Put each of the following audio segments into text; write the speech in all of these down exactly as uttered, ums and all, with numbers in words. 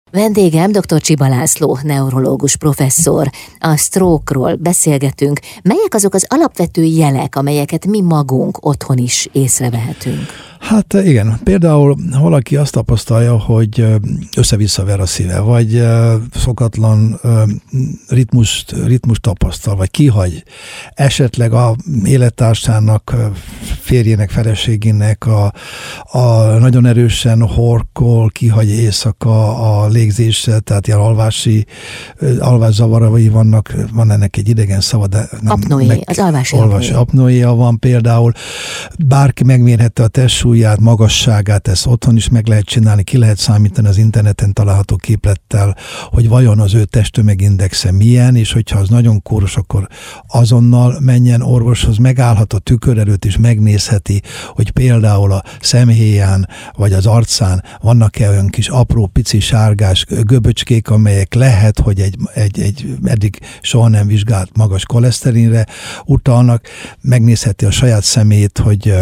Vendégem dr. Csiba László, neurológus professzor. A stroke-ról beszélgetünk. Melyek azok az alapvető jelek, amelyeket mi magunk otthon is észrevehetünk? Hát igen, például valaki azt tapasztalja, hogy össze-vissza ver a szíve, vagy szokatlan ritmust, ritmust tapasztal, vagy kihagy. Esetleg a élettársának, férjének, feleségének a, a nagyon erősen horkol, kihagy éjszaka a légzésre, tehát ilyen alvási, alvászavarai vannak, van ennek egy idegen szava, de nem. Apnoé, az alvási alvási apnoéja van például. Bárki megmérhette a testsúlyát, magasságát, ezt otthon is meg lehet csinálni, ki lehet számítani az interneten található képlettel, hogy vajon az ő testtömegindexe milyen, és hogyha az nagyon kóros, akkor azonnal menjen orvoshoz, megállhat a tükör előtt, és megnézheti, hogy például a szemhéján, vagy az arcán vannak-e olyan kis apró, pici, sárgás göböcskék, amelyek lehet, hogy egy, egy, egy eddig soha nem vizsgált magas koleszterinre utalnak, megnézheti a saját szemét, hogy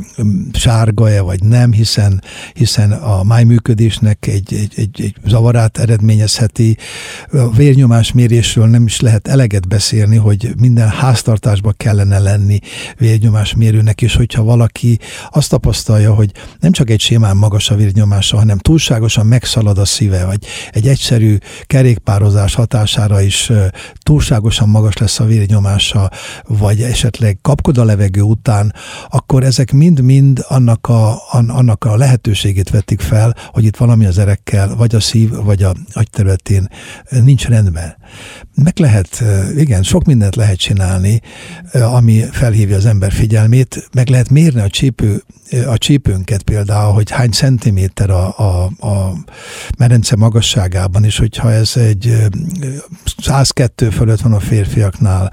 sárga-e vagy nem, hiszen, hiszen a májműködésnek egy, egy, egy, egy zavarát eredményezheti. A vérnyomásmérésről nem is lehet eleget beszélni, hogy minden háztartásban kellene lenni vérnyomásmérőnek, és hogyha valaki azt tapasztalja, hogy nem csak egy sémán magas a vérnyomása, hanem túlságosan megszalad a szíve, vagy egy egyszerű kerékpározás hatására is túlságosan magas lesz a vérnyomása, vagy esetleg kapkod a levegő után, akkor ezek mind-mind annak a, annak a lehetőségét vetik fel, hogy itt valami az erekkel, vagy a szív, vagy a agyterületén nincs rendben. Meg lehet, igen, sok mindent lehet csinálni, ami felhívja az ember figyelmét, meg lehet mérni a csípő, a csípőnket például, hogy hány centiméter a, a, a medence magasságában, és hogyha ez egy száz kettő fölött van a férfiaknál,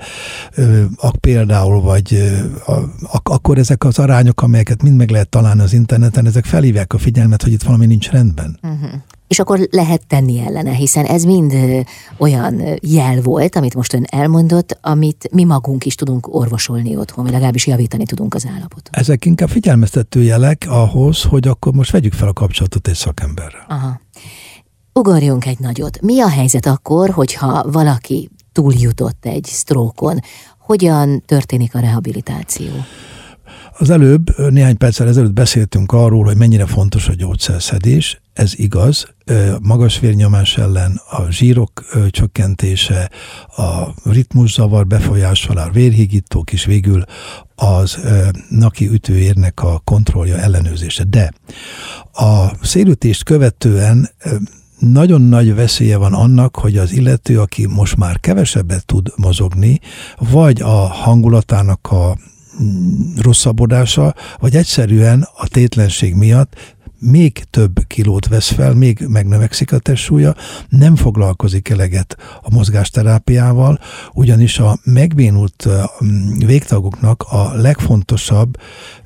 például, vagy akkor ezek az arányok, amelyeket mind meg lehet találni az interneten, ezek felhívják a figyelmet, hogy itt valami nincs rendben. Uh-huh. És akkor lehet tenni ellene, hiszen ez mind olyan jel volt, amit most ön elmondott, amit mi magunk is tudunk orvosolni otthon, vagy legalábbis javítani tudunk az állapotot. Ezek inkább figyelmeztető jelek ahhoz, hogy akkor most vegyük fel a kapcsolatot egy szakemberrel. Aha. Ugorjunk egy nagyot. Mi a helyzet akkor, hogyha valaki túljutott egy sztrókon? Hogyan történik a rehabilitáció? Az előbb, néhány perccel ezelőtt beszéltünk arról, hogy mennyire fontos a gyógyszerszedés. Ez igaz, magas vérnyomás ellen a zsírok csökkentése, a ritmuszavar befolyásolá, a vérhígítók is végül az naki ütőérnek a kontrollja, ellenőrzése. De a szélütést követően nagyon nagy veszélye van annak, hogy az illető, aki most már kevesebbet tud mozogni, vagy a hangulatának a rosszabbodása, vagy egyszerűen a tétlenség miatt még több kilót vesz fel, még megnövekszik a testsúlya, nem foglalkozik eleget a mozgásterápiával, ugyanis a megbénult végtagoknak a legfontosabb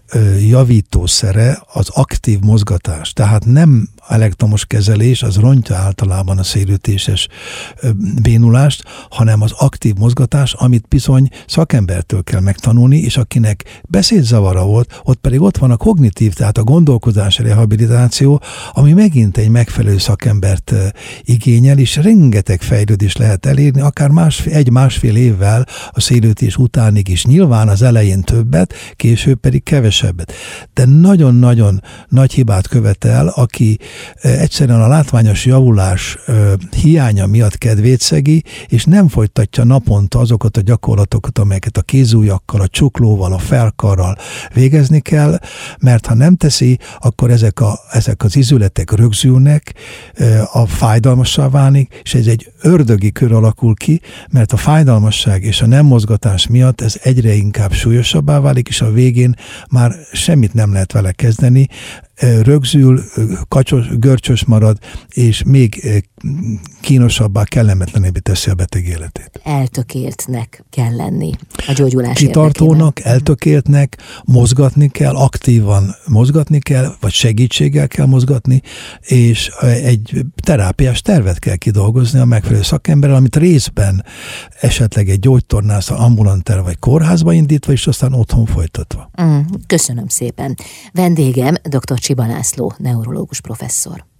javítószere az aktív mozgatás. Tehát nem elektromos kezelés, az rontja általában a szélütéses bénulást, hanem az aktív mozgatás, amit bizony szakembertől kell megtanulni, és akinek beszédzavara volt, ott pedig ott van a kognitív, tehát a gondolkodási rehabilitáció, ami megint egy megfelelő szakembert igényel, és rengeteg fejlődést lehet elérni, akár másfél, egy-másfél évvel a szélütés utánig is. Nyilván az elején többet, később pedig kevesebbet. De nagyon-nagyon nagy hibát követel, aki egyszerűen a látványos javulás hiánya miatt kedvét szegi, és nem folytatja naponta azokat a gyakorlatokat, amelyeket a kézújakkal, a csuklóval, a felkarral végezni kell, mert ha nem teszi, akkor ezek, a, ezek az izületek rögzülnek, a fájdalmassá válni, és ez egy ördögi kör alakul ki, mert a fájdalmasság és a nem mozgatás miatt ez egyre inkább súlyosabbá válik, és a végén már semmit nem lehet vele kezdeni, rögzül, kacsos, görcsös marad, és még kínosabbá, kellemetlenebbé teszi a beteg életét. Eltökéltnek kell lenni a gyógyulás Kitartónak, érdekében. eltökéltnek, mozgatni kell, aktívan mozgatni kell, vagy segítséggel kell mozgatni, és egy terápiás tervet kell kidolgozni a megfelelő szakemberrel, amit részben esetleg egy gyógytornász, ambulanter vagy kórházba indítva, és aztán otthon folytatva. Mm, köszönöm szépen. Vendégem dr. Csiba László, neurológus professzor.